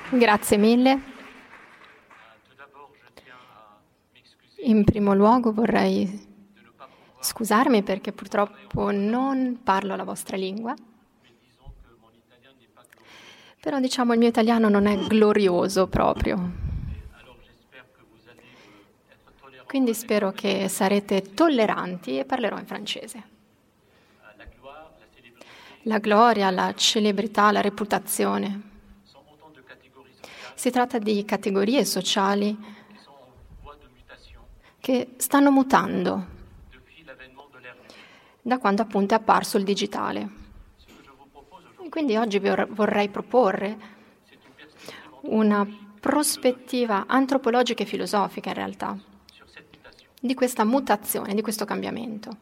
Grazie mille. In primo luogo vorrei scusarmi perché purtroppo non parlo la vostra lingua, però diciamo il mio italiano non è glorioso proprio. Quindi spero che sarete tolleranti e parlerò in francese. La gloria, la celebrità, la reputazione. Si tratta di categorie sociali che stanno mutando da quando appunto è apparso il digitale. E quindi oggi vi vorrei proporre una prospettiva antropologica e filosofica in realtà di questa mutazione, di questo cambiamento.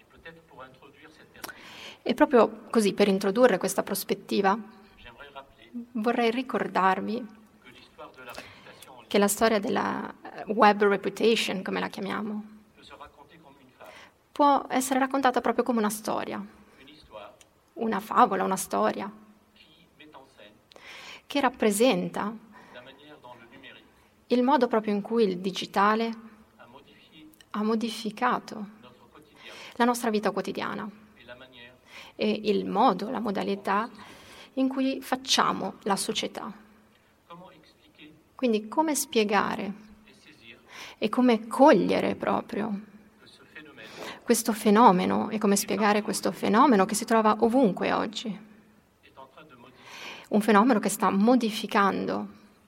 E proprio così, per introdurre questa prospettiva, vorrei ricordarvi che la storia della web reputation, come la chiamiamo, può essere raccontata proprio come una storia, una favola, una storia, che rappresenta il modo proprio in cui il digitale ha modificato la nostra vita quotidiana e il modo, la modalità in cui facciamo la società. Quindi come spiegare e come cogliere proprio questo fenomeno e come spiegare questo fenomeno che si trova ovunque oggi. Un fenomeno che sta modificando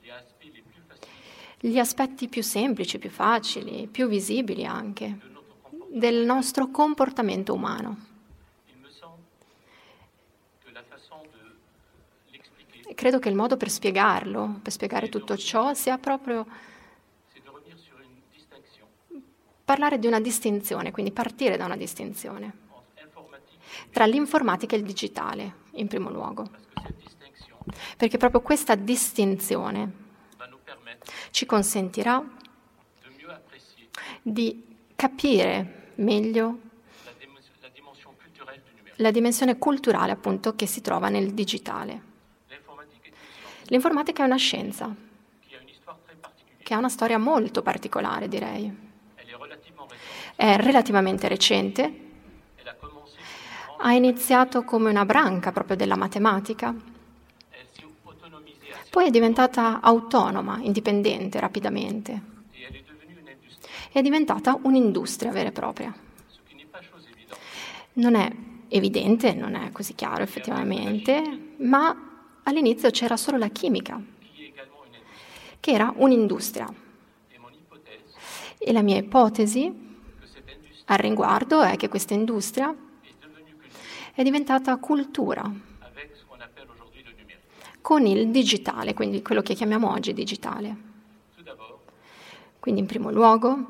gli aspetti più semplici, più facili, più visibili anche del nostro comportamento umano. Credo che il modo per spiegarlo, per spiegare tutto ciò, sia proprio parlare di una distinzione, quindi partire da una distinzione tra l'informatica e il digitale, in primo luogo. Perché proprio questa distinzione ci consentirà di capire meglio la dimensione culturale, appunto, che si trova nel digitale. L'informatica è una scienza che ha una storia molto particolare, direi. È relativamente recente, ha iniziato come una branca proprio della matematica, poi è diventata autonoma, indipendente rapidamente, è diventata un'industria vera e propria. Non è evidente, non è così chiaro effettivamente, ma all'inizio c'era solo la chimica, che era un'industria. E la mia ipotesi al riguardo è che questa industria è diventata cultura con il digitale, quindi quello che chiamiamo oggi digitale. Quindi in primo luogo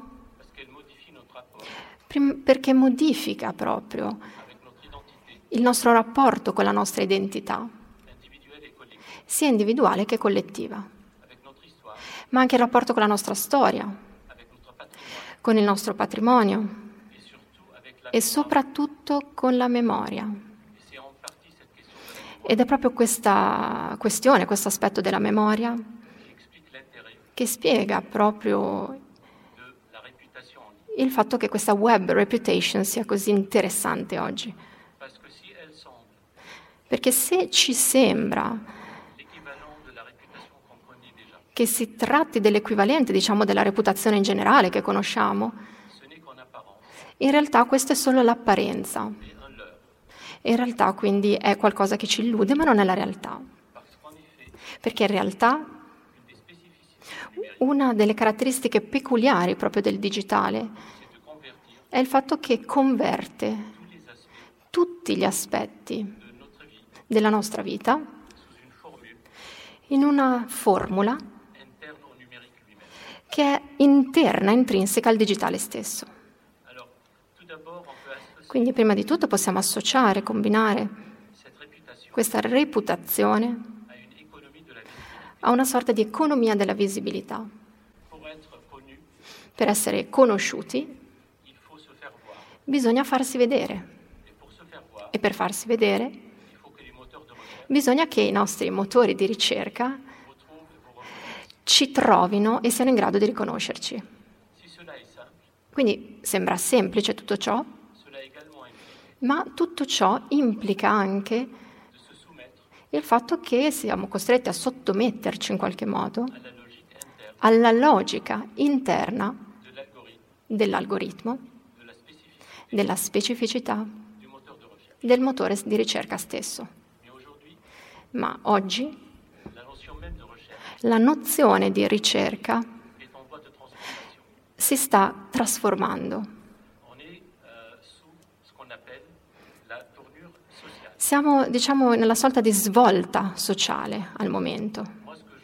perché modifica proprio il nostro rapporto con la nostra identità, sia individuale che collettiva, ma anche il rapporto con la nostra storia, con il nostro patrimonio e soprattutto con la memoria. Ed è proprio questa questione, questo aspetto della memoria che spiega proprio il fatto che questa web reputation sia così interessante oggi. Perché se ci sembra che si tratti dell'equivalente, diciamo, della reputazione in generale che conosciamo, in realtà questa è solo l'apparenza. In realtà quindi è qualcosa che ci illude, ma non è la realtà. Perché in realtà una delle caratteristiche peculiari proprio del digitale è il fatto che converte tutti gli aspetti della nostra vita in una formula che è interna, intrinseca al digitale stesso. Quindi prima di tutto possiamo associare, combinare questa reputazione a una sorta di economia della visibilità. Per essere conosciuti bisogna farsi vedere e per farsi vedere bisogna che i nostri motori di ricerca ci trovino e siano in grado di riconoscerci. Quindi sembra semplice tutto ciò, ma tutto ciò implica anche il fatto che siamo costretti a sottometterci in qualche modo alla logica interna dell'algoritmo, della specificità, del motore di ricerca stesso. Ma oggi la nozione di ricerca si sta trasformando. Siamo, diciamo, nella sorta di svolta sociale al momento.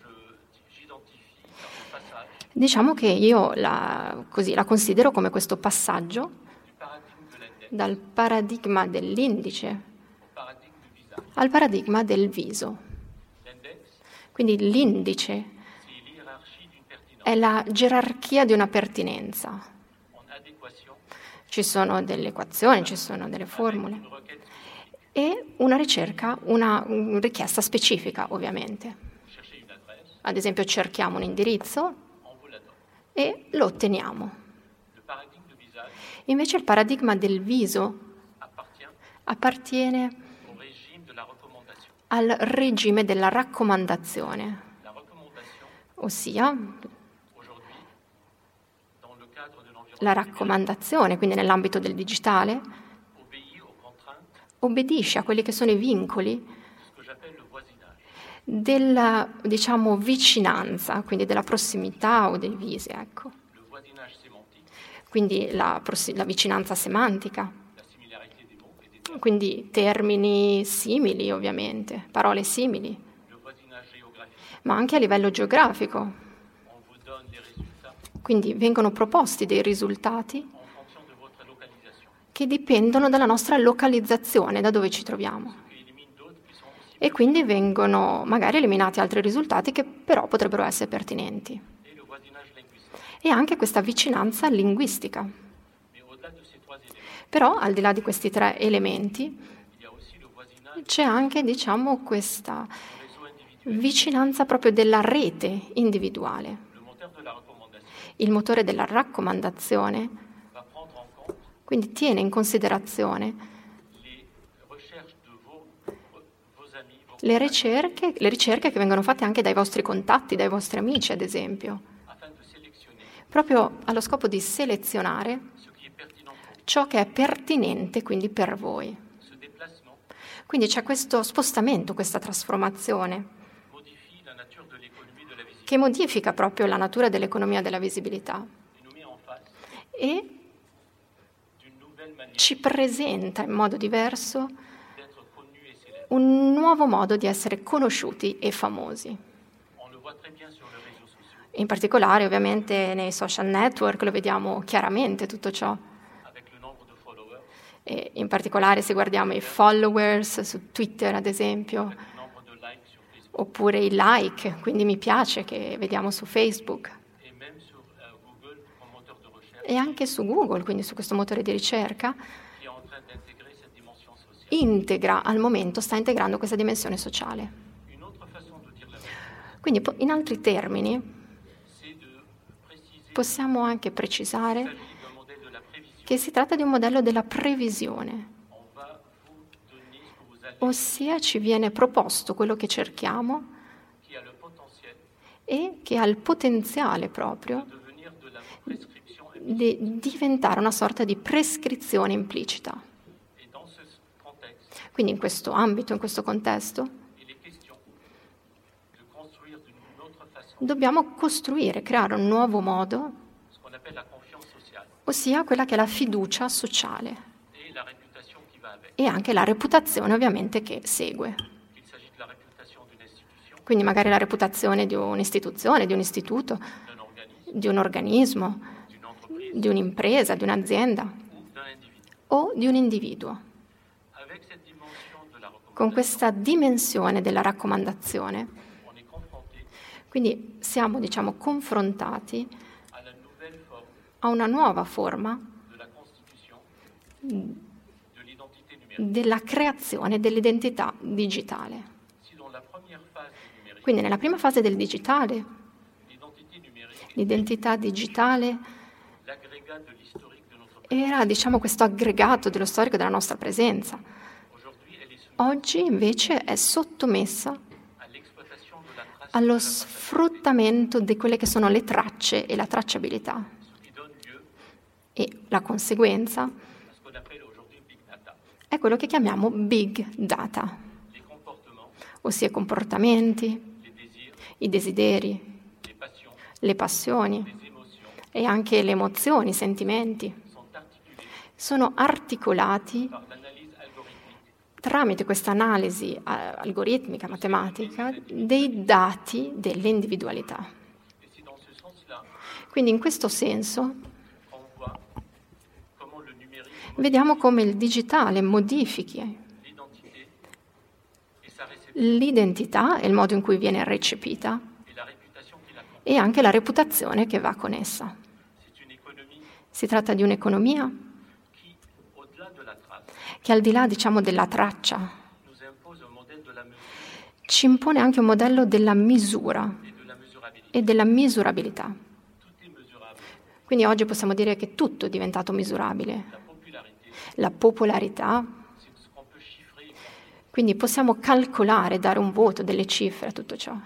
Diciamo che io la considero come questo passaggio dal paradigma dell'indice al paradigma del viso. Quindi l'indice è la gerarchia di una pertinenza. Ci sono delle equazioni, ci sono delle formule e una ricerca, una richiesta specifica ovviamente. Ad esempio cerchiamo un indirizzo e lo otteniamo. Invece il paradigma del viso appartiene al regime della raccomandazione, ossia la raccomandazione, quindi nell'ambito del digitale, obbedisce a quelli che sono i vincoli della, diciamo, vicinanza, quindi della prossimità o dei visi, ecco. Quindi la vicinanza semantica, quindi termini simili ovviamente, parole simili, ma anche a livello geografico. Quindi vengono proposti dei risultati che dipendono dalla nostra localizzazione, da dove ci troviamo. E quindi vengono magari eliminati altri risultati che però potrebbero essere pertinenti. E anche questa vicinanza linguistica. Però al di là di questi tre elementi c'è anche, diciamo, questa vicinanza proprio della rete individuale. Il motore della raccomandazione quindi tiene in considerazione le ricerche che vengono fatte anche dai vostri contatti, dai vostri amici, ad esempio, proprio allo scopo di selezionare ciò che è pertinente quindi per voi. Quindi c'è questo spostamento, questa trasformazione che modifica proprio la natura dell'economia della visibilità e ci presenta in modo diverso un nuovo modo di essere conosciuti e famosi. In particolare, ovviamente, nei social network lo vediamo chiaramente tutto ciò. E in particolare se guardiamo i followers su Twitter, ad esempio, oppure i like, quindi mi piace, che vediamo su Facebook. E anche su Google, quindi su questo motore di ricerca, integra al momento, sta integrando questa dimensione sociale. Quindi in altri termini possiamo anche precisare che si tratta di un modello della previsione, ossia ci viene proposto quello che cerchiamo e che ha il potenziale proprio di diventare una sorta di prescrizione implicita. Quindi in questo ambito, in questo contesto, dobbiamo costruire, creare un nuovo modo, ossia quella che è la fiducia sociale e anche la reputazione ovviamente che segue. Quindi magari la reputazione di un'istituzione, di un istituto, di un organismo, di un'impresa, di un'azienda o di un individuo. Con questa dimensione della raccomandazione, quindi siamo, diciamo, confrontati a una nuova forma della creazione dell'identità digitale. Quindi nella prima fase del digitale L'identità digitale era, diciamo, questo aggregato dello storico della nostra presenza. Oggi invece è sottomessa allo sfruttamento di quelle che sono le tracce e la tracciabilità. E la conseguenza è quello che chiamiamo big data, ossia i comportamenti, i desideri, le passioni e anche le emozioni, i sentimenti. Sono articolati tramite questa analisi algoritmica, matematica, dei dati dell'individualità. Quindi in questo senso vediamo come il digitale modifichi l'identità e il modo in cui viene recepita e anche la reputazione che va con essa. Si tratta di un'economia che al di là, diciamo, della traccia ci impone anche un modello della misura e della misurabilità. Quindi oggi possiamo dire che tutto è diventato misurabile. La popolarità, quindi possiamo calcolare, dare un voto, delle cifre a tutto ciò.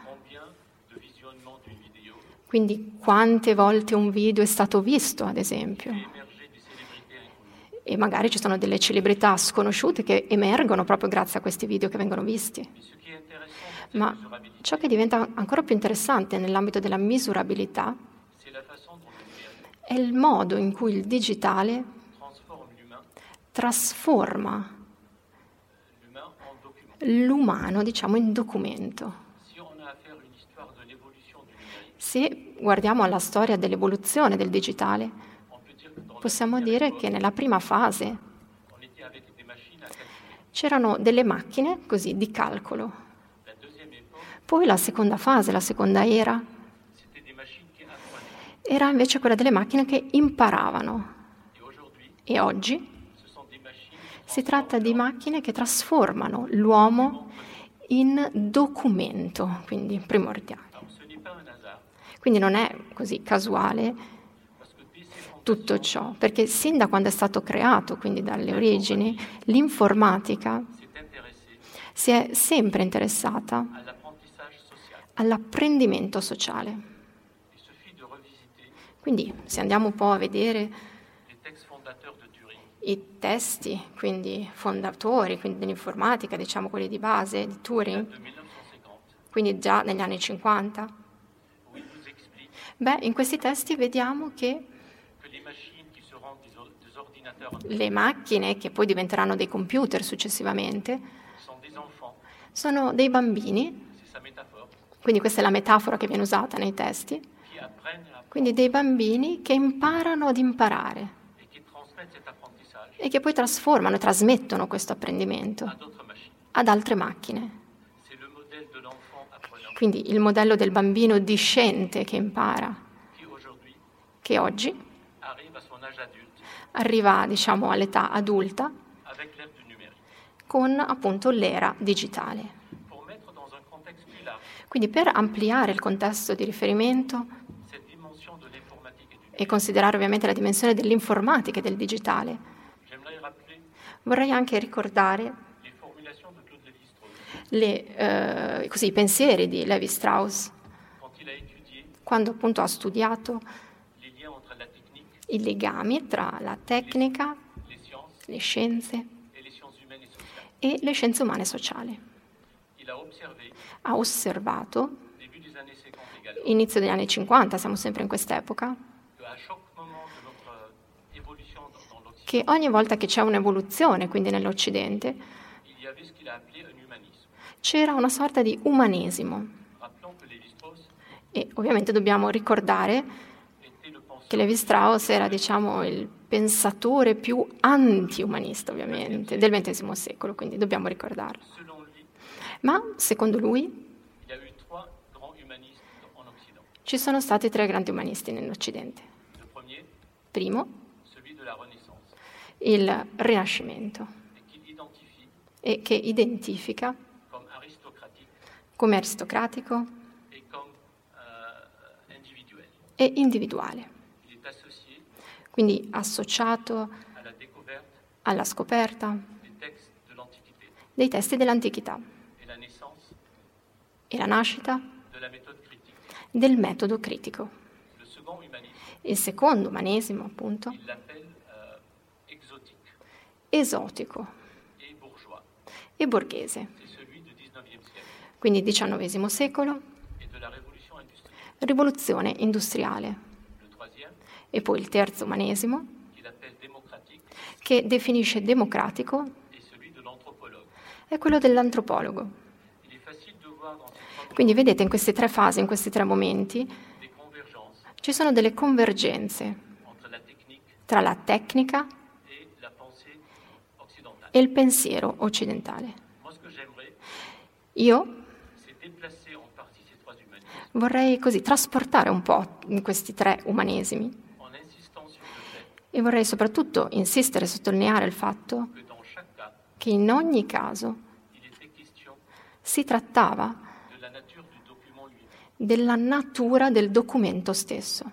Quindi quante volte un video è stato visto, ad esempio. E magari ci sono delle celebrità sconosciute che emergono proprio grazie a questi video che vengono visti. Ma ciò che diventa ancora più interessante nell'ambito della misurabilità è il modo in cui il digitale trasforma l'umano, diciamo, in documento. Se guardiamo alla storia dell'evoluzione del digitale, possiamo dire che nella prima fase c'erano delle macchine così di calcolo. Poi la seconda fase, la seconda era invece quella delle macchine che imparavano. E oggi si tratta di macchine che trasformano l'uomo in documento, quindi primordiale. Quindi non è così casuale tutto ciò, perché sin da quando è stato creato, quindi dalle origini, l'informatica si è sempre interessata all'apprendimento sociale. Quindi se andiamo un po' a vedere i testi, quindi fondatori, quindi dell'informatica, diciamo quelli di base, di Turing, quindi già negli anni 50, in questi testi vediamo che le macchine, che poi diventeranno dei computer successivamente, sono dei bambini, quindi questa è la metafora che viene usata nei testi, quindi dei bambini che imparano ad imparare e che poi trasformano e trasmettono questo apprendimento ad altre macchine. Quindi il modello del bambino discente che impara, che oggi arriva, diciamo, all'età adulta con appunto l'era digitale. Quindi per ampliare il contesto di riferimento e considerare ovviamente la dimensione dell'informatica e del digitale, vorrei anche ricordare i pensieri di Lévi-Strauss, quando appunto ha studiato i legami tra la tecnica, le scienze e le scienze umane e sociali. Ha osservato, inizio degli anni 50, siamo sempre in quest'epoca, che ogni volta che c'è un'evoluzione, quindi nell'Occidente, c'era una sorta di umanesimo. E ovviamente dobbiamo ricordare che Lévi-Strauss era, diciamo, il pensatore più anti-umanista, ovviamente, del XX secolo, quindi dobbiamo ricordarlo. Ma, secondo lui, ci sono stati 3 grandi umanisti nell'Occidente. Primo, il Rinascimento, e che identifica come aristocratico è individuale, Il est associé quindi associato à la découverte alla scoperta des textes de l'Antiquité dei testi dell'antichità et la naissance e la nascita de la méthode critique. del metodo critico. Le second humanisme, Il secondo umanesimo, appunto, il l'appelle exotique esotico et bourgeois. e borghese, C'est celui du XIXe siècle quindi XIX secolo, et de la révolution industrielle. rivoluzione industriale. Le troisième, E poi il terzo umanesimo, qu'il appelle démocratique, che definisce democratico, est celui de l'anthropologue. è quello dell'antropologo. Il est facile de voir dans ces trois Quindi vedete in queste tre fasi, in questi tre momenti, des convergences ci sono delle convergenze entre la technique tra la tecnica et la pensée occidentale. e il pensiero occidentale. Moi, ce que j'aimerais, Io c'est déplacer en partie ces trois humanismes vorrei così trasportare un po' in questi tre umanesimi en insistant sur le fait e vorrei soprattutto insistere e sottolineare il fatto que dans chaque cas, che in ogni caso il était question si trattava de la nature du document lui-même. della natura del documento stesso.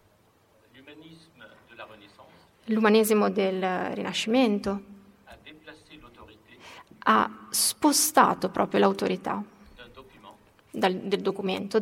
L'humanisme de la Renaissance L'umanesimo del Rinascimento a déplacé l'autorité ha spostato proprio l'autorità d'un document, dal documento,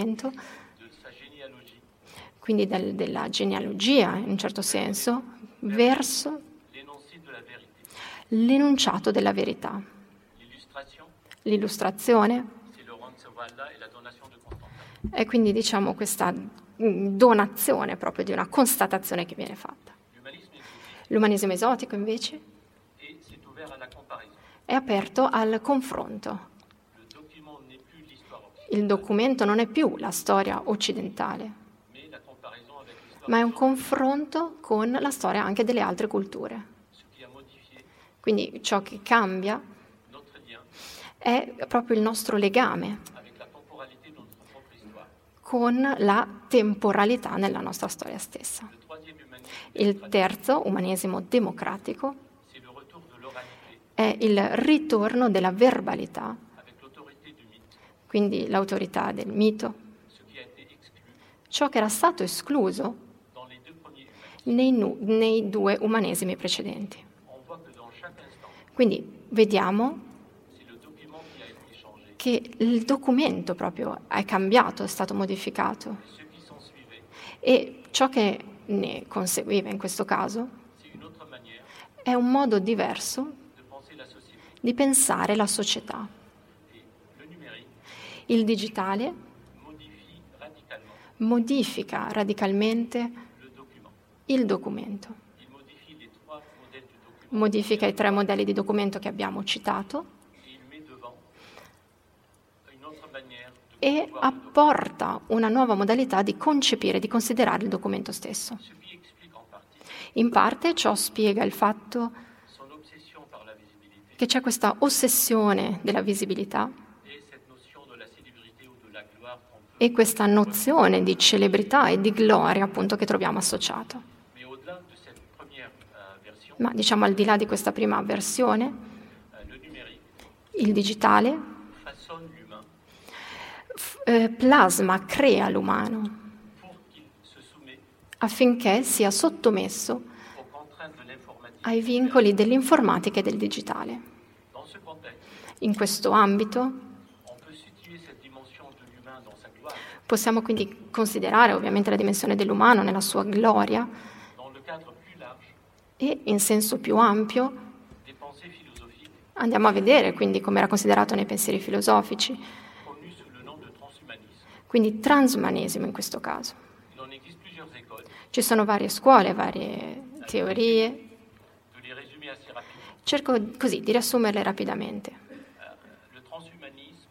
de sa généalogie, quindi della genealogia in un certo senso, verso l'énoncé de la vérité. l'enunciato della verità. L'illustration, L'illustrazione c'est le Roncesvalles et la donation de Constantin. è quindi, diciamo, questa donazione proprio di una constatazione che viene fatta. L'humanisme exotique L'umanesimo esotico, invece, s'est ouvert à la comparaison. è aperto al confronto. Le document n'est plus l'histoire occidentale, Il documento non è più la storia occidentale, mais la comparaison avec l'histoire ma è un occidentale, confronto con la storia anche delle altre culture. ce qui a modifié Quindi ciò che cambia notre lien è proprio il nostro legame avec la temporalité de notre propre histoire. con la temporalità nella nostra storia stessa. Le troisième humanisme Il terzo, umanesimo democratico, c'est le retour de l'oralité è il ritorno della verbalità, avec l'autorité du mythe, quindi l'autorità del mito, ce qui a été exclu ciò che era stato escluso dans les deux premiers humanismes. nei due umanesimi precedenti. On voit que dans chaque instant, Quindi vediamo c'est le document qui a été changé. che il documento proprio è cambiato, è stato modificato Ceux qui s'en suivaient, e ciò che ne conseguiva in questo caso c'est une autre manière è un modo diverso de penser la société. di pensare la società. Et le numérique Il digitale modifie radicalement modifica radicalmente le document. il documento, Il modifie les trois modèles du document modifica i tre modelli di documento che abbiamo citato et il met devant une autre manière de e concevoir le document. apporta una nuova modalità di concepire, di considerare il documento stesso. Ce qui explique en partie In parte ciò spiega il fatto son obsession par la visibilité che c'è questa ossessione della visibilità et cette notion de la célébrité ou de la gloire qu'on peut. e questa nozione di celebrità e di gloria, appunto, che troviamo associato. Mais au-delà de cette première version, Ma diciamo al di là di questa prima versione, le numérique il digitale façonne l'humain plasma, crea l'umano pour qu'il se soumet affinché sia sottomesso aux contraintes de l'informatique. ai vincoli dell'informatica e del digitale. Dans ce contexte, In questo ambito on peut situer cette dimension de l'humain dans sa gloire, possiamo quindi considerare ovviamente la dimensione dell'umano nella sua gloria dans le cadre plus large e in senso più ampio des pensées philosophiques andiamo a vedere quindi come era considerato nei pensieri filosofici, connues sous le nom de transhumanisme. quindi transumanesimo in questo caso. Il en existe plusieurs écoles. Ci sono varie scuole, varie teorie, De les résumer assez rapidement. cerco così di riassumerle rapidamente. Le transhumanisme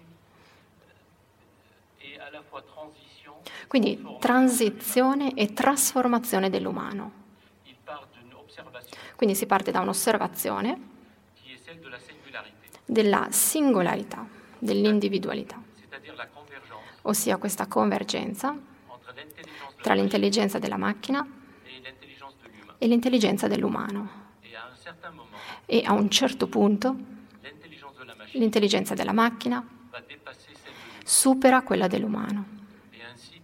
est à la fois transition, Quindi transizione e trasformazione dell'umano. il part d'une observation Quindi si parte da un'osservazione qui est celle de la singularité, della singolarità, dell'individualità, c'est-à-dire la convergence ossia questa convergenza entre l'intelligence de tra la l'intelligenza della macchina et l'intelligence de l'humain. e l'intelligenza dell'umano. Et à un certain moment, E a un certo punto l'intelligence de la machine l'intelligenza della macchina va dépasser celle de l'humain. supera quella dell'umano Et ainsi,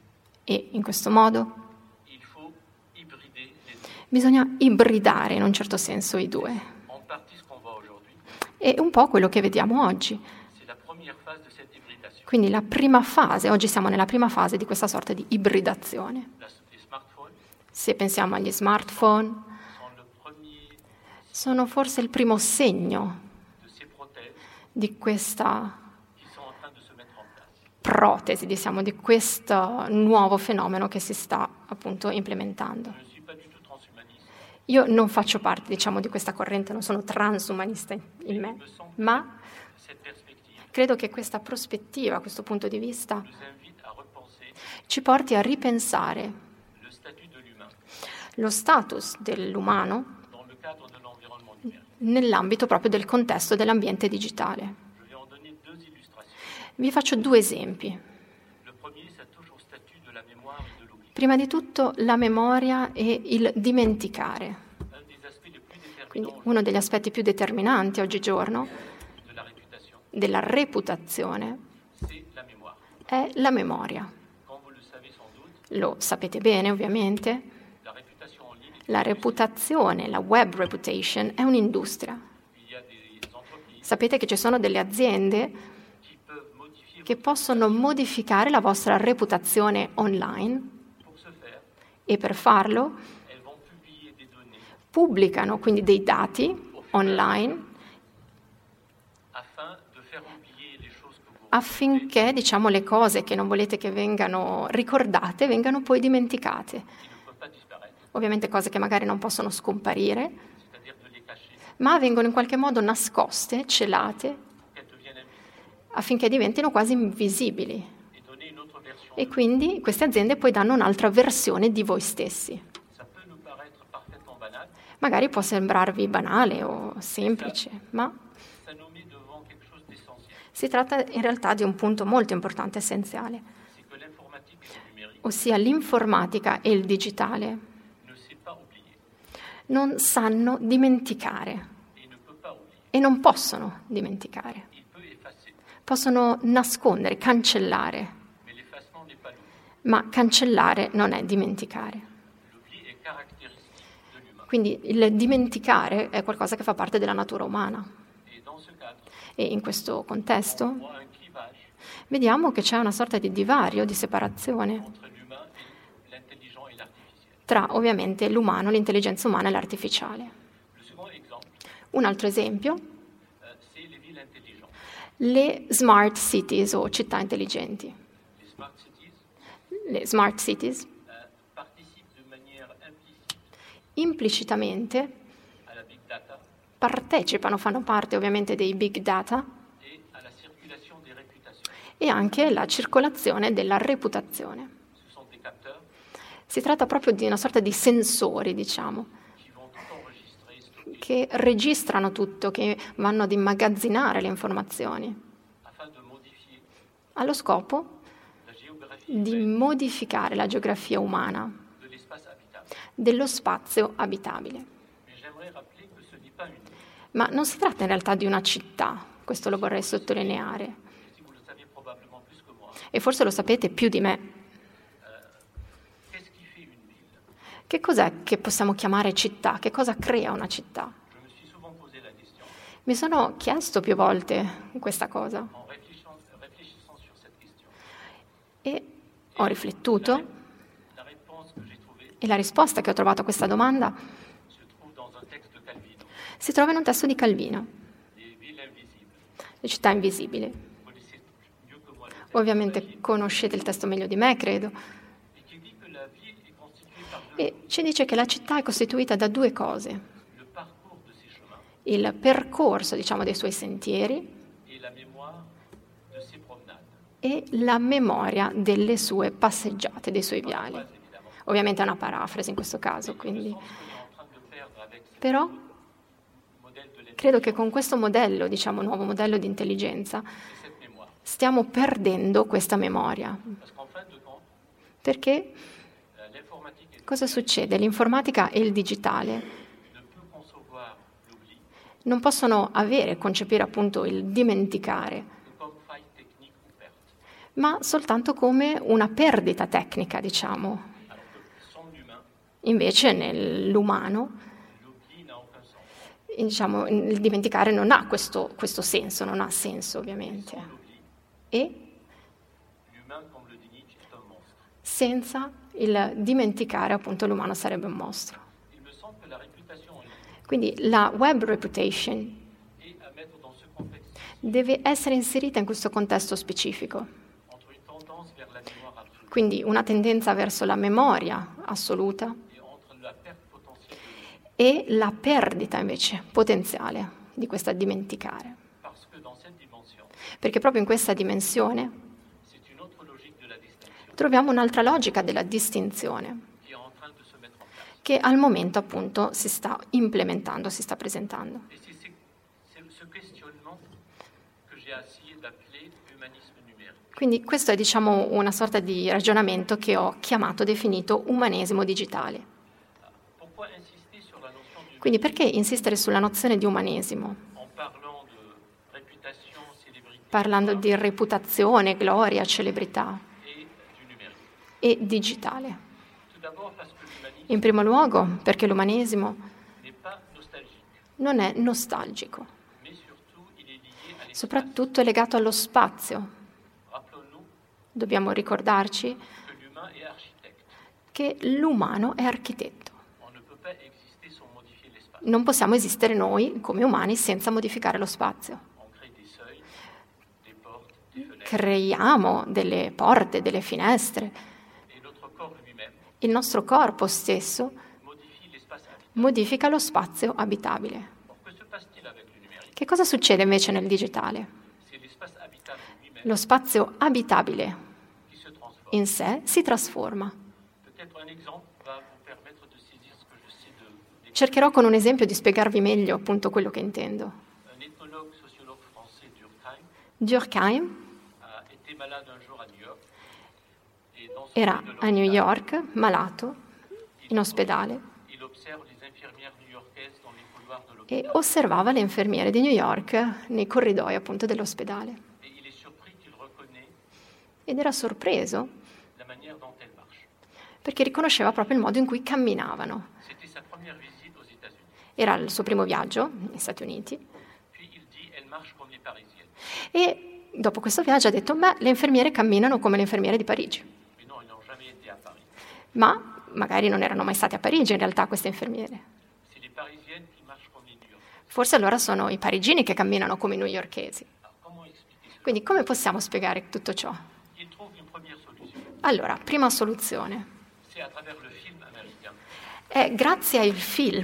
E in questo modo il faut hybrider les deux. bisogna ibridare in un certo senso i due. En partie ce qu'on voit aujourd'hui, È un po' quello che vediamo oggi. c'est la première phase de cette hybridation. Quindi la prima fase, oggi siamo nella prima fase di questa sorta di ibridazione. Les smartphones Se pensiamo agli smartphone, sont le premier sono forse il primo segno de ces prothèses di questa qui sont en train de se mettre en place. protesi, diciamo, di questo nuovo fenomeno che si sta appunto implementando. Je ne suis pas du tout transhumaniste. Io non faccio parte, diciamo, di questa corrente, non sono transumanista in me, ma Cette perspective credo che questa prospettiva, questo punto di vista, nous invite a repenser ci porti a ripensare le statut de l'humain lo status dell'umano dans le cadre de l'environnement numérique. nell'ambito proprio del contesto dell'ambiente digitale. Je vais en donner deux illustrations. Vi faccio due esempi. Le premier, ça touche au statut de la mémoire et de l'oubli. Prima di tutto la memoria e il dimenticare. Un des aspects les plus Quindi déterminants uno degli aspetti più determinanti oggigiorno de la réputation, della reputazione c'est la mémoire. è la memoria. Comme vous le savez sans doute, Lo sapete bene, ovviamente, la réputation en ligne, la reputazione, la web reputation, è un'industria. il y a des entreprises Sapete che ci sono delle aziende qui peuvent modifier che possono modificare la vostra reputazione online pour ce faire. e per farlo Elles vont publier des données pubblicano quindi dei dati online afin de faire oublier les choses que vous affinché, diciamo, le cose che non volete che vengano ricordate vengano poi dimenticate. qui ne peuvent pas disparaître, Ovviamente cose che magari non possono scomparire, c'est-à-dire de les cacher, ma vengono in qualche modo nascoste, celate, qu'elles deviennent invisibles affinché diventino quasi invisibili. et donner une autre version. E quindi queste aziende poi danno un'altra versione di voi stessi. Ça peut nous paraître parfaitement banal, Magari può sembrarvi banale o semplice, ma ça nous met devant quelque chose d'essentiel. si tratta in realtà di un punto molto importante, essenziale, C'est que l'informatique et le numérique ossia l'informatica e il digitale ne sait pas oublier non sanno dimenticare et ne peut pas oublier. e non possono dimenticare. Il peut effacer, Possono nascondere, cancellare, mais l'effacement n'est pas l'oubli. ma cancellare non è dimenticare. L'oubli est caractéristique de l'humain. Quindi il dimenticare è qualcosa che fa parte della natura umana. Et dans ce cadre, E in questo on contesto voit un clivage vediamo che c'è una sorta di divario, di separazione entre l'humain et l'intelligent et l'artificiel. tra ovviamente l'umano, l'intelligenza umana e l'artificiale. Le second exemple, Un altro esempio, c'est les villes intelligentes. le smart cities o città intelligenti. Les smart cities Le smart cities participent de manière implicite implicitamente à la big data partecipano, fanno parte ovviamente dei big data et à la circulation des réputations. e anche la circolazione della reputazione. Ce sont des capteurs Si tratta proprio di una sorta di sensori, diciamo, qui vont tout enregistrer et stocker che registrano tutto, che vanno ad immagazzinare le informazioni, afin de modifier allo scopo la géographie di humaine modificare la geografia umana de l'espace habitable. dello spazio abitabile. Mais j'aimerais rappeler que ce n'est pas une ville. Ma non si tratta in realtà di una città, questo lo vorrei sottolineare, Et si vous le savez probablement plus que moi, e forse lo sapete più di me. qu'est-ce qui fait une ville? Che cos'è che possiamo chiamare città? Che cosa crea una città? Je me suis souvent posé la question Mi sono chiesto più volte questa cosa en réfléchissant sur cette question. e ho riflettuto La réponse que j'ai trouvée e la risposta che ho trovato a questa domanda se trouve dans un texte de Calvino, si trova in un testo di Calvino, Les villes invisibles. Le città invisibili. Vous connaissez mieux que moi le texte, Ovviamente conoscete il testo meglio di me, credo, et qui dit que la ville est constituée par deux e ci dice che la città è costituita da due cose: le parcours de ses chemins il percorso, diciamo, dei suoi sentieri et la mémoire de ses promenades. e la memoria delle sue passeggiate, dei suoi viali. Pas évidemment. Ovviamente è una parafrasi in questo caso, quindi. Le sens qu'on est en train de perdre avec ce Però modèle de l'intelligence credo che con questo modello, diciamo, nuovo modello di intelligenza, et cette mémoire. stiamo perdendo questa memoria. Parce qu'en fin de compte, Perché l'informatique cosa succede? L'informatica e il digitale ne peut concevoir l'oubli non possono avere, concepire appunto il dimenticare que comme faille technique ou perte. ma soltanto come una perdita tecnica, diciamo. Alors que sans l'humain, Invece nell'umano, l'oubli n'a aucun sens. diciamo, il dimenticare non ha questo senso, non ha senso ovviamente. Sans l'oubli, E l'humain, comme le dit Nietzsche, est un monstre. senza il dimenticare, appunto, l'umano sarebbe un mostro. Il me semble que la réputation en ligne Quindi la web reputation est à mettre dans ce contexte deve essere inserita in questo contesto specifico. entre une tendance vers la mémoire absolue Quindi una tendenza verso la memoria assoluta et entre la perte potentielle de l'humain. e la perdita invece potenziale di questa dimenticare. Parce que dans cette dimension, Perché proprio in questa dimensione c'est une autre logique de la distinction troviamo un'altra logica della distinzione qui est en train de se mettre en place. che al momento appunto si sta implementando, si sta presentando. Et c'est ce questionnement que j'ai essayé d'appeler humanisme numérique. Quindi questo è, diciamo, una sorta di ragionamento che ho chiamato, definito umanesimo digitale. Pourquoi insister sur la notion du Quindi perché insistere sulla nozione di umanesimo? en parlant de réputation, célébrité Parlando di reputazione, gloria, celebrità et du numérique? e digitale. Tout d'abord parce que l'humanisme In primo luogo perché l'umanesimo n'est pas nostalgique, non è nostalgico, mais surtout il est lié à l'espace. soprattutto è legato allo spazio. Rappelons-nous Dobbiamo ricordarci que l'humain est architecte. che l'umano è architetto. On ne peut pas exister sans modifier l'espace. Non possiamo esistere noi come umani senza modificare lo spazio. On crée des seuils, des portes, des fenêtres, Creiamo delle porte, delle finestre. et notre corps lui-même Il nostro corpo stesso modifie l'espace habitable. modifica lo spazio abitabile. Or, que se passe-t-il avec le numérique? Che cosa succede invece nel digitale? C'est l'espace habitable lui-même Lo spazio abitabile qui se transforme. in sé si trasforma. Peut-être un exemple va vous permettre de saisir ce que j'essaie de Cercherò con un esempio di spiegarvi meglio appunto quello che intendo. Un ethnologue sociologue français Durkheim a été malade un jour à New York. Et dans son era lit de a New l'hôpital, York, malato, in ospedale, il observe les infirmières new-yorkaises dans les couloirs de e l'hôpital. osservava le infermiere di New York nei corridoi appunto dell'ospedale. Et il est surpris qu'il reconnaît Ed era sorpreso la manière dont elles marchent. perché riconosceva proprio il modo in cui camminavano. C'était sa première visite aux États-Unis. Era il suo primo viaggio negli Stati Uniti Puis il dit, elles marchent comme les Parisiennes. e dopo questo viaggio ha detto: beh, le infermiere camminano come le infermiere di Parigi. Mais non, elles n'ont jamais été à Paris. Ma magari non erano mai state a Parigi in realtà queste infermiere. C'est les Parisiennes qui marchent comme les New-Yorkaises. Forse allora sono i parigini che camminano come i newyorkesi. Alors comment expliquer cela? Quindi come possiamo spiegare tutto ciò? Il trouve une première solution. Allora, prima soluzione. C'est à travers le film américain È grazie a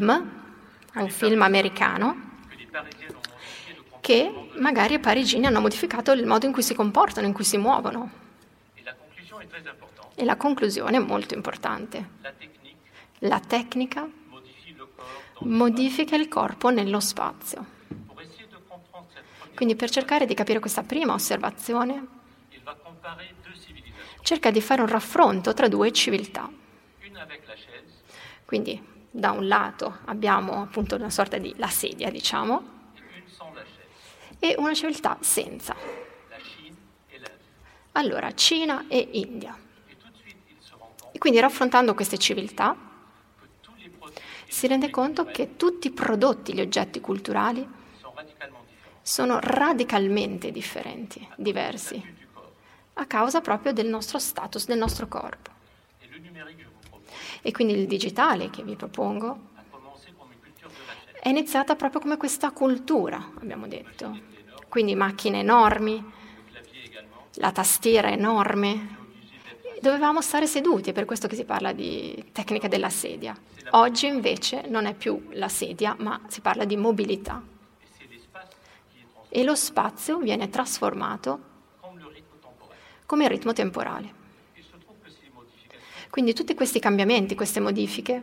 un film americano que les Parisiennes ont modifié le che comportement de magari i parigini hanno modificato il modo in cui si comportano, in cui si muovono. Et la conclusion est très importante. E la conclusione è molto importante. La technique La tecnica modifie le corps dans modifica il corpo nello spazio. Pour essayer de comprendre cette première, Quindi per cercare di capire questa prima osservazione, il va comparer deux civilisations. cerca di fare un raffronto tra due civiltà. Une avec la chaise Quindi da un lato abbiamo appunto una sorta di la sedia, diciamo, et une sans la chaise. e una civiltà senza. La Chine et l'Inde. Allora, Cina e India. Et tout de suite, il se rend compte E quindi raffrontando queste civiltà que tous les produits et si rende conto che tutti i prodotti, gli oggetti culturali sont radicalement différents. sono radicalmente differenti, diversi, Du corps. a causa proprio del nostro status, del nostro corpo. Et le numérique, je vous propose, E quindi il digitale che vi propongo a commencé comme une culture de la chaise. è iniziata proprio come questa cultura, abbiamo detto. Quindi macchine enormi, Le clavier également. la tastiera enorme. Obligé d'être. Dovevamo stare seduti, è per questo che si parla di tecnica della sedia. Oggi invece non è più la sedia, ma si parla di mobilità. Et c'est l'espace qui est transformé E lo spazio viene trasformato comme le rythme temporel. come il ritmo temporale. Il se trouve que ces modifications Quindi tutti questi cambiamenti, queste modifiche,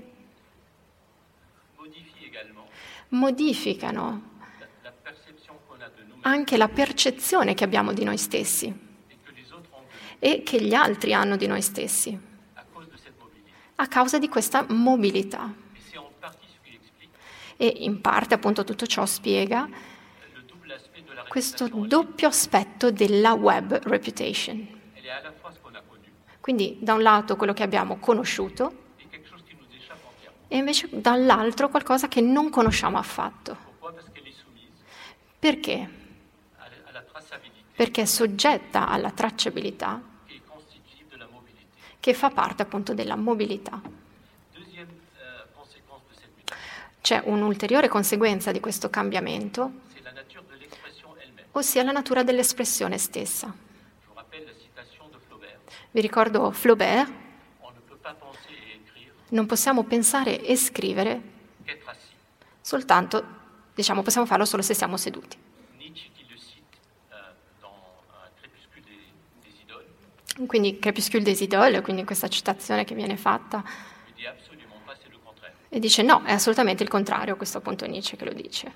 modifient également modificano la perception qu'on a de nous-mêmes anche la percezione che abbiamo di noi stessi et que les autres ont de nous e che gli altri hanno di noi stessi, à cause de cette mobilité. a causa di questa mobilità. Et c'est en partie ce qui explique E in parte appunto tutto ciò spiega le double aspect de la questo réputation. doppio aspetto della web reputation. Elle à la fois ce qu'on a connu Quindi da un lato quello che abbiamo conosciuto et quelque chose qui nous échappe entièrement. e invece dall'altro qualcosa che non conosciamo affatto. Pourquoi? Parce qu'elle est soumise Perché? alla traçabilité Perché è soggetta alla tracciabilità qui est constitutive de la mobilité. che fa parte appunto della mobilità. Deuxième conséquence de cette mutation, C'è un'ulteriore conseguenza di questo cambiamento, c'est la nature de l'expression elle-même. ossia la natura dell'espressione stessa. Je vous rappelle la citation de Flaubert. Vi ricordo Flaubert, On ne peut pas penser et écrire non possiamo pensare e scrivere qu'être assis. soltanto, possiamo farlo solo se siamo seduti. Nietzsche qui le cite dans Crépuscule des idoles, Quindi Crépuscule des idoles, quindi questa citazione che viene fatta, lui dit absolument pas, c'est le contraire. e dice no, è assolutamente il contrario, a questo punto Nietzsche che lo dice.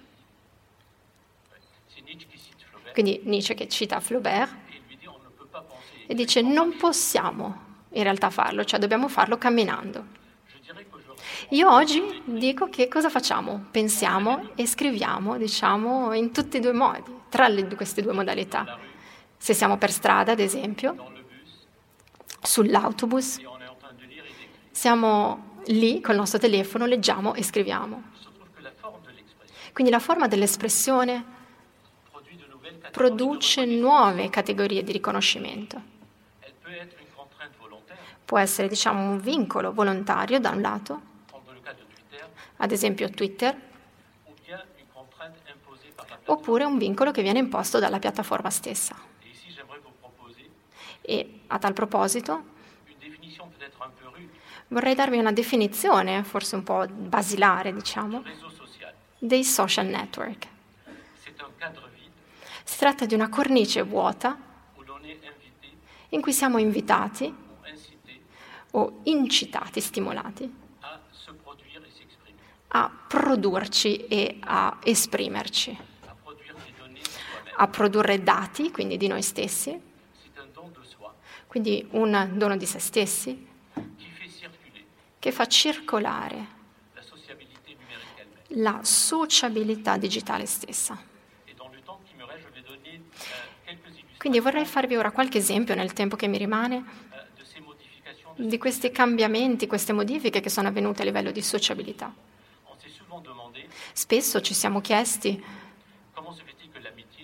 C'est Nietzsche qui cite Flaubert Quindi Nietzsche che cita Flaubert et il lui dit on ne peut pas penser e dice non possiamo in realtà farlo, cioè dobbiamo farlo camminando. Je dirais qu'aujourd'hui, Io oggi dico che cosa facciamo? Pensiamo e scriviamo, in tutti e due modi, tra queste due modalità. Se siamo per strada, ad esempio, dans le bus, sull'autobus, et on est en train de lire et d'écrire. siamo lì col nostro telefono, leggiamo e scriviamo. Il se trouve que la forme de l'expression Quindi la forma dell'espressione produit de nouvelles catégories produce de nuove categorie di riconoscimento. Elle peut être une contrainte volontaire, Può essere, un vincolo volontario da un lato, comme dans le cas de Twitter, ad esempio Twitter, ou bien une contrainte imposée par la plateforme. oppure un vincolo che viene imposto dalla piattaforma stessa. Et ici, j'aimerais vous proposer E a tal proposito une définition peut-être un peu rude vorrei darvi una definizione, forse un po' basilare, du réseau social. dei social network. C'est un cadre vide Si tratta di una cornice vuota où l'on est invité in cui siamo invitati ou incité o incitati, stimolati, à se produire et s'exprimer, a produrci e a esprimerci, à produire des données de soi-même. a produrre dati, quindi di noi stessi, C'est un don de soi quindi un dono di se stessi, qui fait circuler che fa circolare la sociabilité numérique elle-même. la sociabilità digitale stessa. Et dans le temps qui me reste, je vais donner quelques illustrations Quindi vorrei farvi ora qualche esempio nel tempo che mi rimane de ces modifications. De di questi cambiamenti, queste modifiche che sono avvenute a livello di sociabilità. On s'est souvent demandé Spesso ci siamo chiesti comment se fait-il que l'amitié,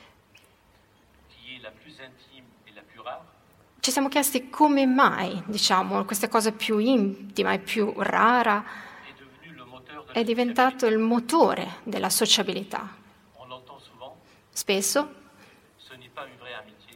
qui est la plus intime et la plus rare, Ci siamo chiesti come mai, questa cosa più intima e più rara est devenue le moteur de è la diventato il motore della sociabilità. sociabilité. On l'entend souvent, Spesso ce n'est pas une vraie amitié,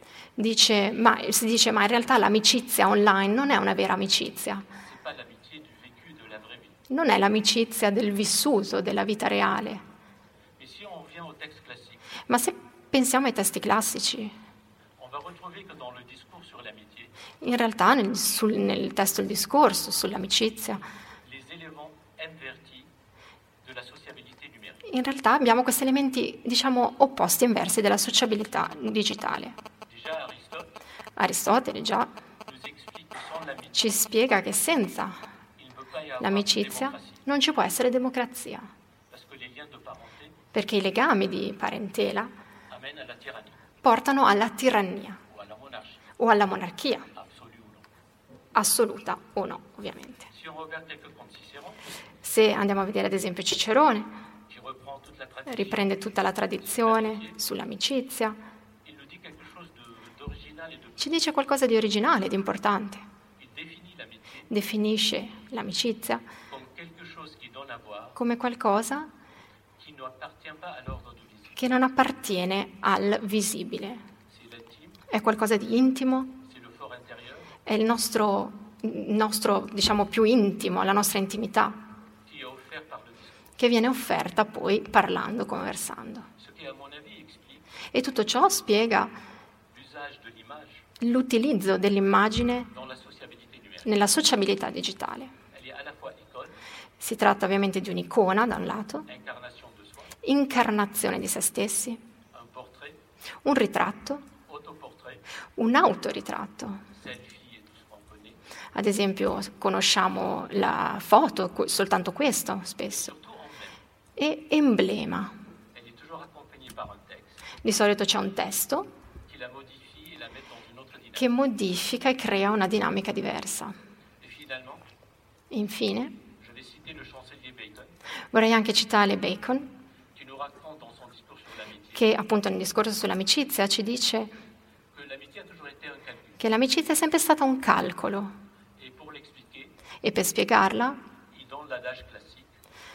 si dice ma in realtà l'amicizia online non è una vera amicizia, c'est pas l'amitié du vécu de la vraie vie. non è l'amicizia del vissuto, della vita reale. Mais si on revient au texte classique, Ma se pensiamo ai testi classici, on va retrouver que dans le discours sur l'amitié, in realtà nel testo il discorso sull'amicizia, les éléments invertis de la sociabilité numérique. in realtà abbiamo questi elementi, opposti e inversi della sociabilità digitale. Déjà, Aristotele già nous explique que sans l'amitié, ci spiega che senza il ne peut pas y avoir de l'amicizia démocratie, non ci può essere democrazia, parce que les liens de parenté perché i legami di parentela amènent à la tyrannie portano alla tirannia ou à la monarchie, o alla monarchia, absolue ou non. assoluta o no, ovviamente. Si on regarde quelques contes Cicéron, Se andiamo a vedere ad esempio Cicerone, qui reprend toute la tradition, riprende tutta la tradizione sull'amicizia, il nous dit quelque chose d'original et de ci dice qualcosa di originale, di importante. il définit l'amitié Definisce l'amicizia comme quelque chose qui donne à voir, come qualcosa qui ne appartient pas à l'ordre du visible. che non appartiene al visibile. C'est l'intime, È qualcosa di intimo, c'est le fort intérieur è il nostro più intimo, la nostra intimità, qui est offert par le discours. che viene offerta poi parlando, conversando. Ce qui, à mon avis, explique E tutto ciò spiega l'usage de l'image l'utilizzo dell'immagine dans la sociabilité numérique. nella sociabilità digitale. Elle est à la fois icône, Si tratta ovviamente di un'icona da un lato, incarnation de soi, incarnazione di se stessi, un portrait, un ritratto, autoportrait, un autoritratto. selfie et tout ce qu'on connaît. Ad esempio conosciamo la foto, soltanto questo spesso, Surtout emblème. e emblema. Elle est toujours accompagnée par un texte Di solito c'è un testo qui la modifie et la mettent dans une autre dynamique. che modifica e crea una dinamica diversa. Et finalement, Infine, je vais citer le chancelier Bacon, vorrei anche citare Bacon, qui nous raconte dans son discours sur l'amitié che appunto nel discorso sull'amicizia ci dice que l'amitié a toujours été un calcul. che l'amicizia è sempre stata un calcolo Et pour l'expliquer, e per spiegarla il donne l'adage classique.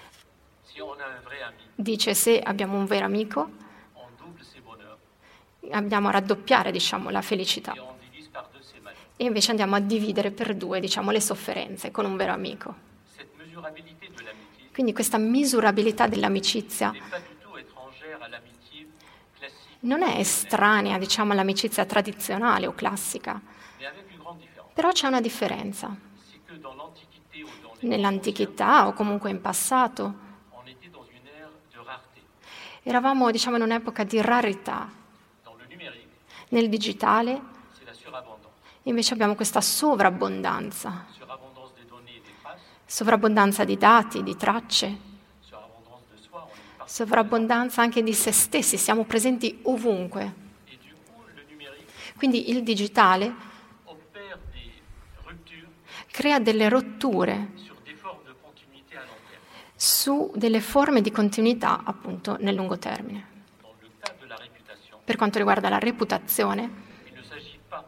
Si on a un vrai ami, dice se abbiamo un vero amico on double ses bonheurs andiamo a raddoppiare, diciamo, la felicità et on divise par deux ses malheurs. e invece andiamo a dividere per due, diciamo, le sofferenze con un vero amico. Cette mesurabilité de l'amitié Quindi questa misurabilità dell'amicizia n'est pas du tout étrangère à l'amitié classique, non è estranea, diciamo, all'amicizia tradizionale o classica, mais avec une grande différence. però c'è una differenza. C'est que dans l'Antiquité ou dans les Nell'antichità o comunque in passato on était dans une ère de rareté. eravamo, diciamo, in un'epoca di rarità. Dans le numérique, Nel digitale c'est la surabondance. invece abbiamo questa sovrabbondanza, Surabondance des données et des traces, sovrabbondanza di dati, di tracce, surabondance de soi, on est partout. sovrabbondanza anche di se stessi, siamo presenti ovunque. Et du coup, le numérique Quindi il digitale opère des ruptures crea delle rotture sur des formes de continuité à long terme. su delle forme di continuità appunto nel lungo termine. Dans le cas de la réputation, Per quanto riguarda la reputazione, il ne s'agit pas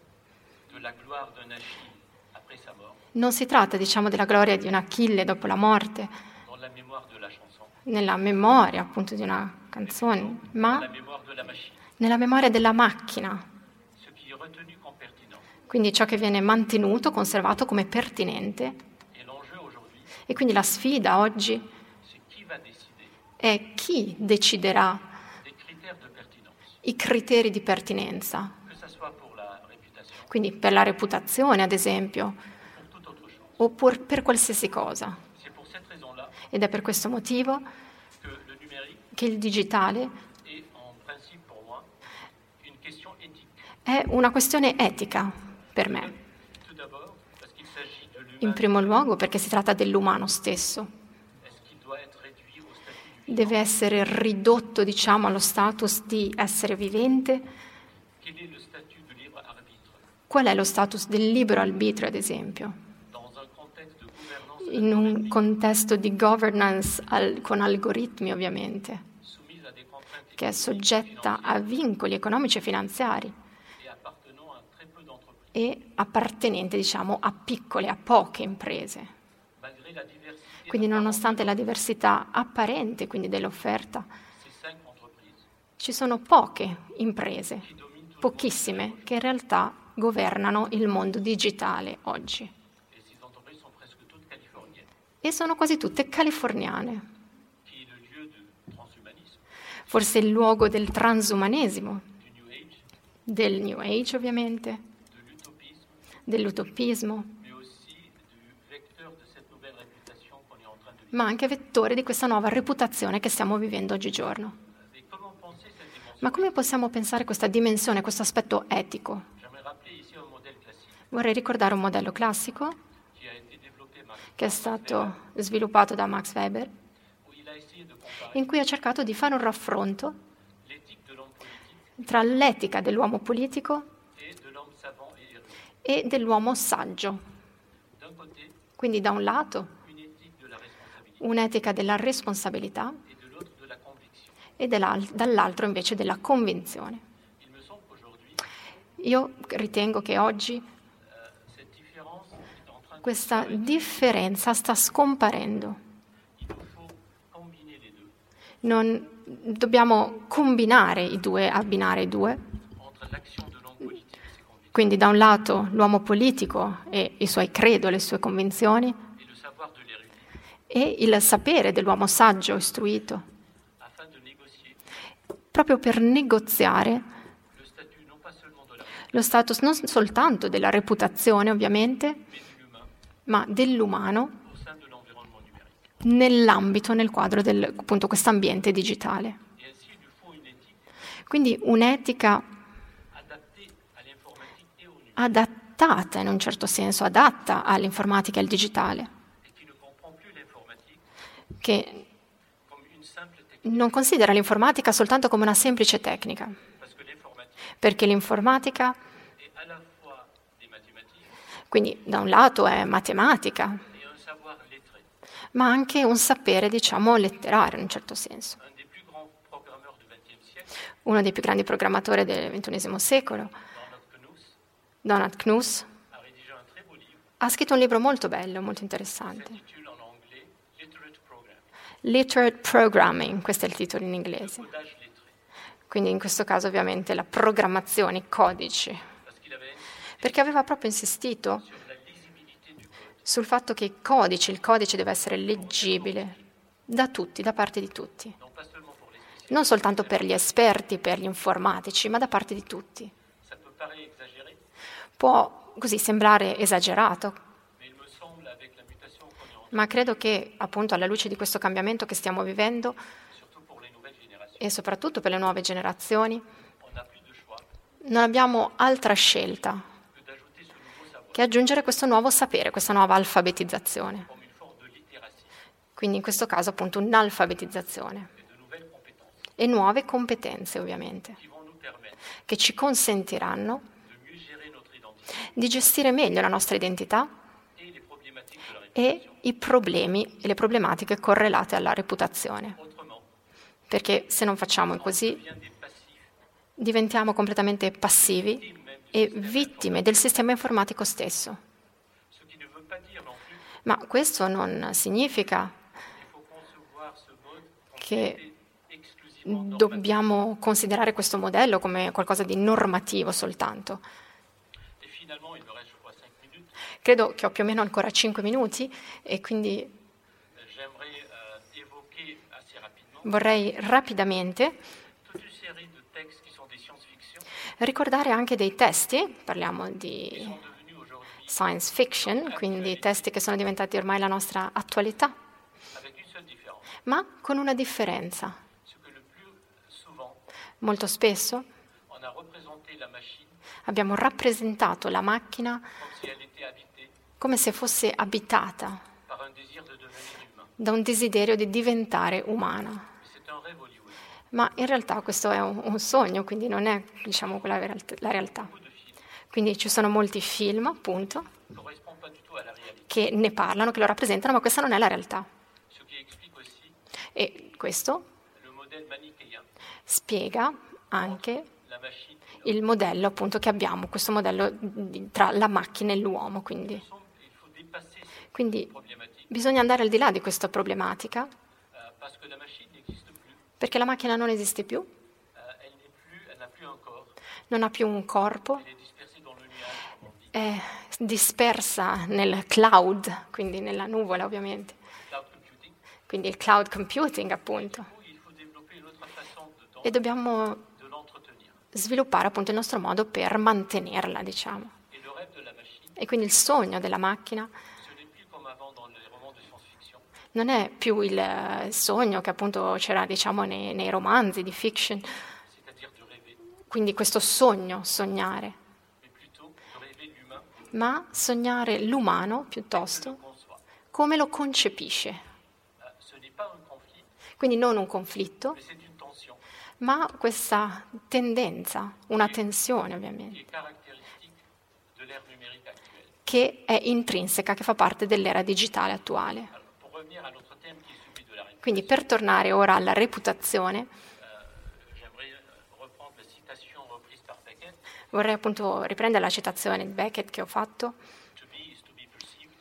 de la gloire d'un Achille après sa mort, non si tratta, diciamo, della gloria di un Achille dopo la morte, dans la mémoire de la chanson, nella memoria appunto di una canzone, dans ma la mémoire de la machine, nella memoria della macchina, ce qui est retenu comme pertinent. quindi ciò che viene mantenuto, conservato come pertinente. Et l'enjeu aujourd'hui, E quindi la sfida oggi c'est qui va décider è chi deciderà des critères de pertinence, i criteri di pertinenza, que ce soit pour la réputation quindi per la reputazione ad esempio, ou pour toute autre chose. oppure per qualsiasi cosa. C'est pour cette raison-là Ed è per questo motivo que le numérique che il digitale est en principe pour moi une question éthique. è una questione etica per me. Tout d'abord, parce qu'il s'agit de l'humain. In primo luogo perché si tratta dell'umano stesso. Est-ce qu'il doit être réduit au statut du Deve essere ridotto, diciamo, allo status di essere vivente. Quel est le statut de libre arbitre Qual è lo status del libero arbitrio, ad esempio? dans un contexte de gouvernance In un contesto di governance con algoritmi, ovviamente, soumise à des contraintes che è soggetta a vincoli economici e finanziari et appartenant à très peu d'entreprises, e appartenente, diciamo, a piccole, a poche imprese. malgré la diversité Quindi, nonostante la diversità apparente, quindi dell'offerta, de ces 5 entreprises ci sono poche imprese, qui dominent tout pochissime, che in realtà governano il mondo digitale oggi. et ces entreprises sont presque toutes californiennes, E sono quasi tutte californiane. qui est le lieu du transhumanisme, Forse il luogo del transumanesimo, du New Age, del New Age ovviamente, de l'utopisme, dell'utopismo, mais aussi du vecteur de cette nouvelle réputation qu'on est en train de vivre. ma anche vettore di questa nuova reputazione che stiamo vivendo oggigiorno. Et comment penser cette dimension? Ma come possiamo pensare questa dimensione, questo aspetto etico? J'aimerais rappeler ici un modèle classique Vorrei ricordare un modello classico qui a été développé che è stato sviluppato da Max Weber, où il a essayé de comparer in cui ha cercato di fare un raffronto l'éthique de l'homme politique tra l'etica dell'uomo politico et de l'homme savant et érudit. e dell'uomo saggio. D'un côté, Quindi da un lato une éthique de la responsabilité un'etica della responsabilità et de l'autre de la conviction. e dall'altro invece della convinzione. Il me semble qu'aujourd'hui, Io ritengo che oggi cette différence est en train de questa differenza sta scomparendo. Il nous faut combiner les deux Non dobbiamo combinare i due, abbinare i due. entre l'action de l'homme politique et ses convictions Quindi da un lato l'uomo politico e i suoi credo, le sue convinzioni, et le savoir de l'érudit e il sapere dell'uomo saggio, istruito, afin de négocier proprio per negoziare le statut non pas seulement de la lo status non soltanto della reputazione, ovviamente, mais de l'humain ma dell'umano au sein de l'environnement numérique. nell'ambito, nel quadro del appunto quest'ambiente digitale. Et ainsi, il nous faut une éthique Quindi un'etica adaptée à l'informatique et au numérique adattata, in un certo senso, adatta all'informatica e al digitale, et qui ne comprend plus l'informatique che comme une simple technique non considera l'informatica soltanto come una semplice tecnica, parce que l'informatique perché l'informatica, est à la fois des mathématiques quindi da un lato è matematica, et un savoir lettré. ma anche un sapere, diciamo, letterario in un certo senso. Un des plus grands programmeurs du XXe siècle, Uno dei più grandi programmatori del XXI secolo, Donald Knuth, Donald Knuth, a rédigé un très beau livre ha scritto un libro molto bello, molto qui interessante. s'intitule en anglais Literate Programming, Literate Programming, questo è il titolo in inglese. codage lettré, Quindi in questo caso ovviamente la programmazione, i codici, parce qu'il avait insisté perché aveva proprio insistito sur la lisibilité du code. sul fatto che il codice deve essere leggibile da tutti, da parte di tutti. Non pas seulement pour les spécialistes. Non soltanto per gli esperti, per gli informatici, ma da parte di tutti. Ça peut paraître exagéré, Può così sembrare esagerato, mais il me semble, avec la mutation qu'on est en ma credo che appunto alla luce di questo cambiamento che stiamo vivendo surtout pour les nouvelles générations, e soprattutto per le nuove generazioni, on n'a plus de choix non abbiamo altra scelta que d'ajouter ce nouveau savoir che aggiungere questo nuovo sapere, questa nuova alfabetizzazione. comme une forme de littératie Quindi in questo caso appunto un'alfabetizzazione et de nouvelles compétences e nuove competenze ovviamente, qui vont nous permettre che ci consentiranno de mieux gérer notre identité di gestire meglio la nostra identità et les problématiques de la e réputation. i problemi e le problematiche correlate alla reputazione. Autrement, Perché se non facciamo così on devient des passifs, diventiamo completamente passivi victimes même du e système vittime del sistema informatico stesso. informatique. Ce qui ne veut pas dire non plus Ma questo non significa qu'il faut concevoir ce mode comme che était exclusivement normatif. dobbiamo considerare questo modello come qualcosa di normativo soltanto. Et finalement, il me reste, je crois, 5 minutes. Credo che ho più o meno ancora 5 minuti e quindi J'aimerais évoquer assez rapidement vorrei rapidamente toute une série de textes qui sont des science-fiction, ricordare anche dei testi, parliamo qui di sont devenus aujourd'hui science fiction, quindi testi che sono diventati ormai la nostra attualità, avec une seule différence. ma con una differenza. C'est que le plus souvent, Molto spesso on a représenté la machine abbiamo rappresentato la macchina comme si elle était habitée come se fosse abitata par un désir de devenir humain. da un desiderio di diventare umana. Mais c'est un rêve hollywoodien. Ma in realtà questo è un sogno, quindi non è, diciamo, la realtà. Beaucoup de films Quindi ci sono molti film, appunto, ne correspondent pas du tout à la réalité. che ne parlano, che lo rappresentano, ma questa non è la realtà. Ce qui explique aussi E questo le modèle manichéen, spiega anche la machine et l'homme. il modello, appunto, che abbiamo, questo modello tra la macchina e l'uomo. Il faut dépasser cette Quindi problématique bisogna andare al di là di questa problematica, parce que la machine n'existe plus. perché la macchina non esiste più, Elle n'a plus un corps. non ha più un corpo, Elle est dispersée dans le nuage, comme on dit. è dispersa nel cloud, quindi nella nuvola ovviamente, Cloud computing. quindi il cloud computing appunto. Il faut développer une autre façon E dobbiamo de l'entretenir. sviluppare appunto il nostro modo per mantenerla, diciamo. Et le rêve de la machine, E quindi il sogno della macchina ce n'est plus comme avant dans les romans de science-fiction, non è più il sogno che appunto c'era, diciamo, nei romanzi di fiction, c'est-à-dire de rêver, quindi questo sogno, sognare, mais plutôt de rêver l'humain ma sognare l'umano tel que piuttosto le conçoit. come lo concepisce. Ce n'est pas un conflit, Quindi non un conflitto, mais c'est une tension ma questa tendenza, una tensione ovviamente, qui est caractéristique de l'ère numérique actuelle. che è intrinseca, che fa parte dell'era digitale attuale. Alors, pour revenir à notre thème qui est celui de la réputation, Quindi per tornare ora alla reputazione, j'aimerais reprendre la citation reprise par Beckett. vorrei appunto riprendere la citazione di Beckett che ho fatto. To be is to be perceived,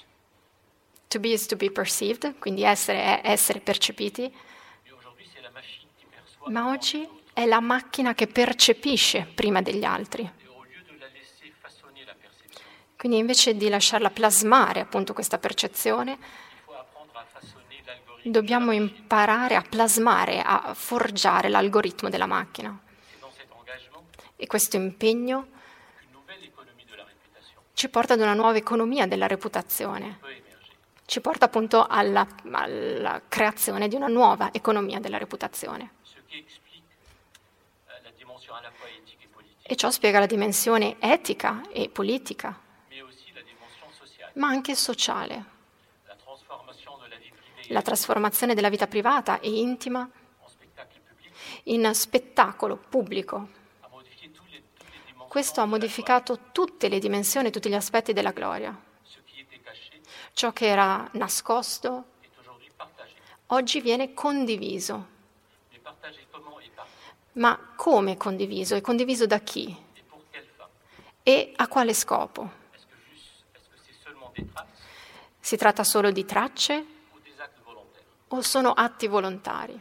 To be is to be perceived, quindi essere è essere percepiti, mais aujourd'hui c'est la machine qui perçoit. ma oggi è la macchina che percepisce prima degli altri. Et au lieu de la laisser façonner la perception, Quindi invece di lasciarla plasmare appunto questa percezione, il faut apprendre à façonner l'algorithme. dobbiamo imparare a plasmare, a forgiare l'algoritmo della macchina. C'est dans cet engagement E questo impegno qu'une nouvelle économie de la réputation ci porta ad una nuova economia della reputazione, peut émerger. ci porta appunto alla creazione di una nuova economia della reputazione. Ce qui explique la dimension à la fois éthique et politique, E ciò spiega la dimensione etica e politica, mais aussi la dimension sociale. ma anche sociale, La transformation de la vie privée la trasformazione della vita privata e intima en spectacle public in spettacolo pubblico. a modifié tous les Questo ha modificato tutte le dimensioni, tutti gli aspetti della gloria. Ciò che era nascosto oggi viene condiviso. Ma come condiviso? E condiviso da chi? E a quale scopo? Si tratta solo di tracce o sono atti volontari?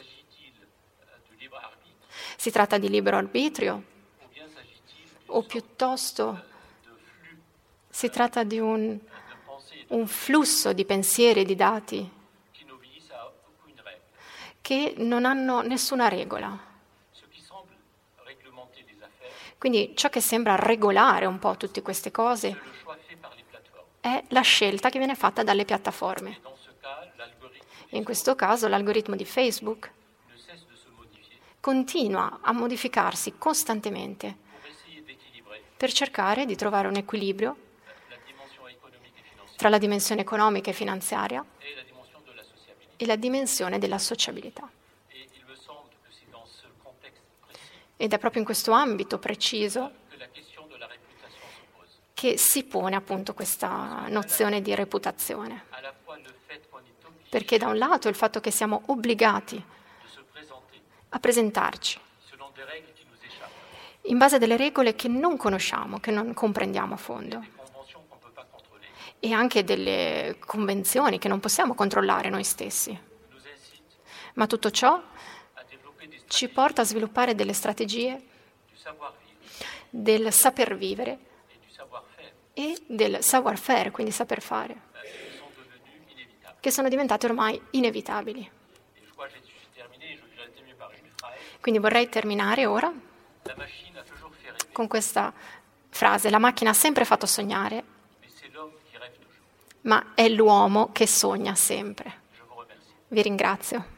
Si tratta di libero arbitrio o piuttosto si tratta di un flusso di pensieri e di dati che non hanno nessuna regola? Quindi ciò che sembra regolare un po' tutte queste cose è la scelta che viene fatta dalle piattaforme. In questo caso l'algoritmo di Facebook continua a modificarsi costantemente per cercare di trovare un equilibrio tra la dimensione economica e finanziaria e la dimensione della sociabilità. Ed è proprio in questo ambito preciso che si pone appunto questa nozione di reputazione. Perché da un lato il fatto che siamo obbligati a presentarci in base a delle regole che non conosciamo, che non comprendiamo a fondo, e anche delle convenzioni che non possiamo controllare noi stessi. Ma tutto ciò ci porta a sviluppare delle strategie del saper vivere e del savoir-faire, quindi saper fare, che sono diventate ormai inevitabili. Quindi vorrei terminare ora con questa frase: la macchina ha sempre fatto sognare, ma è l'uomo che sogna sempre. Vi ringrazio.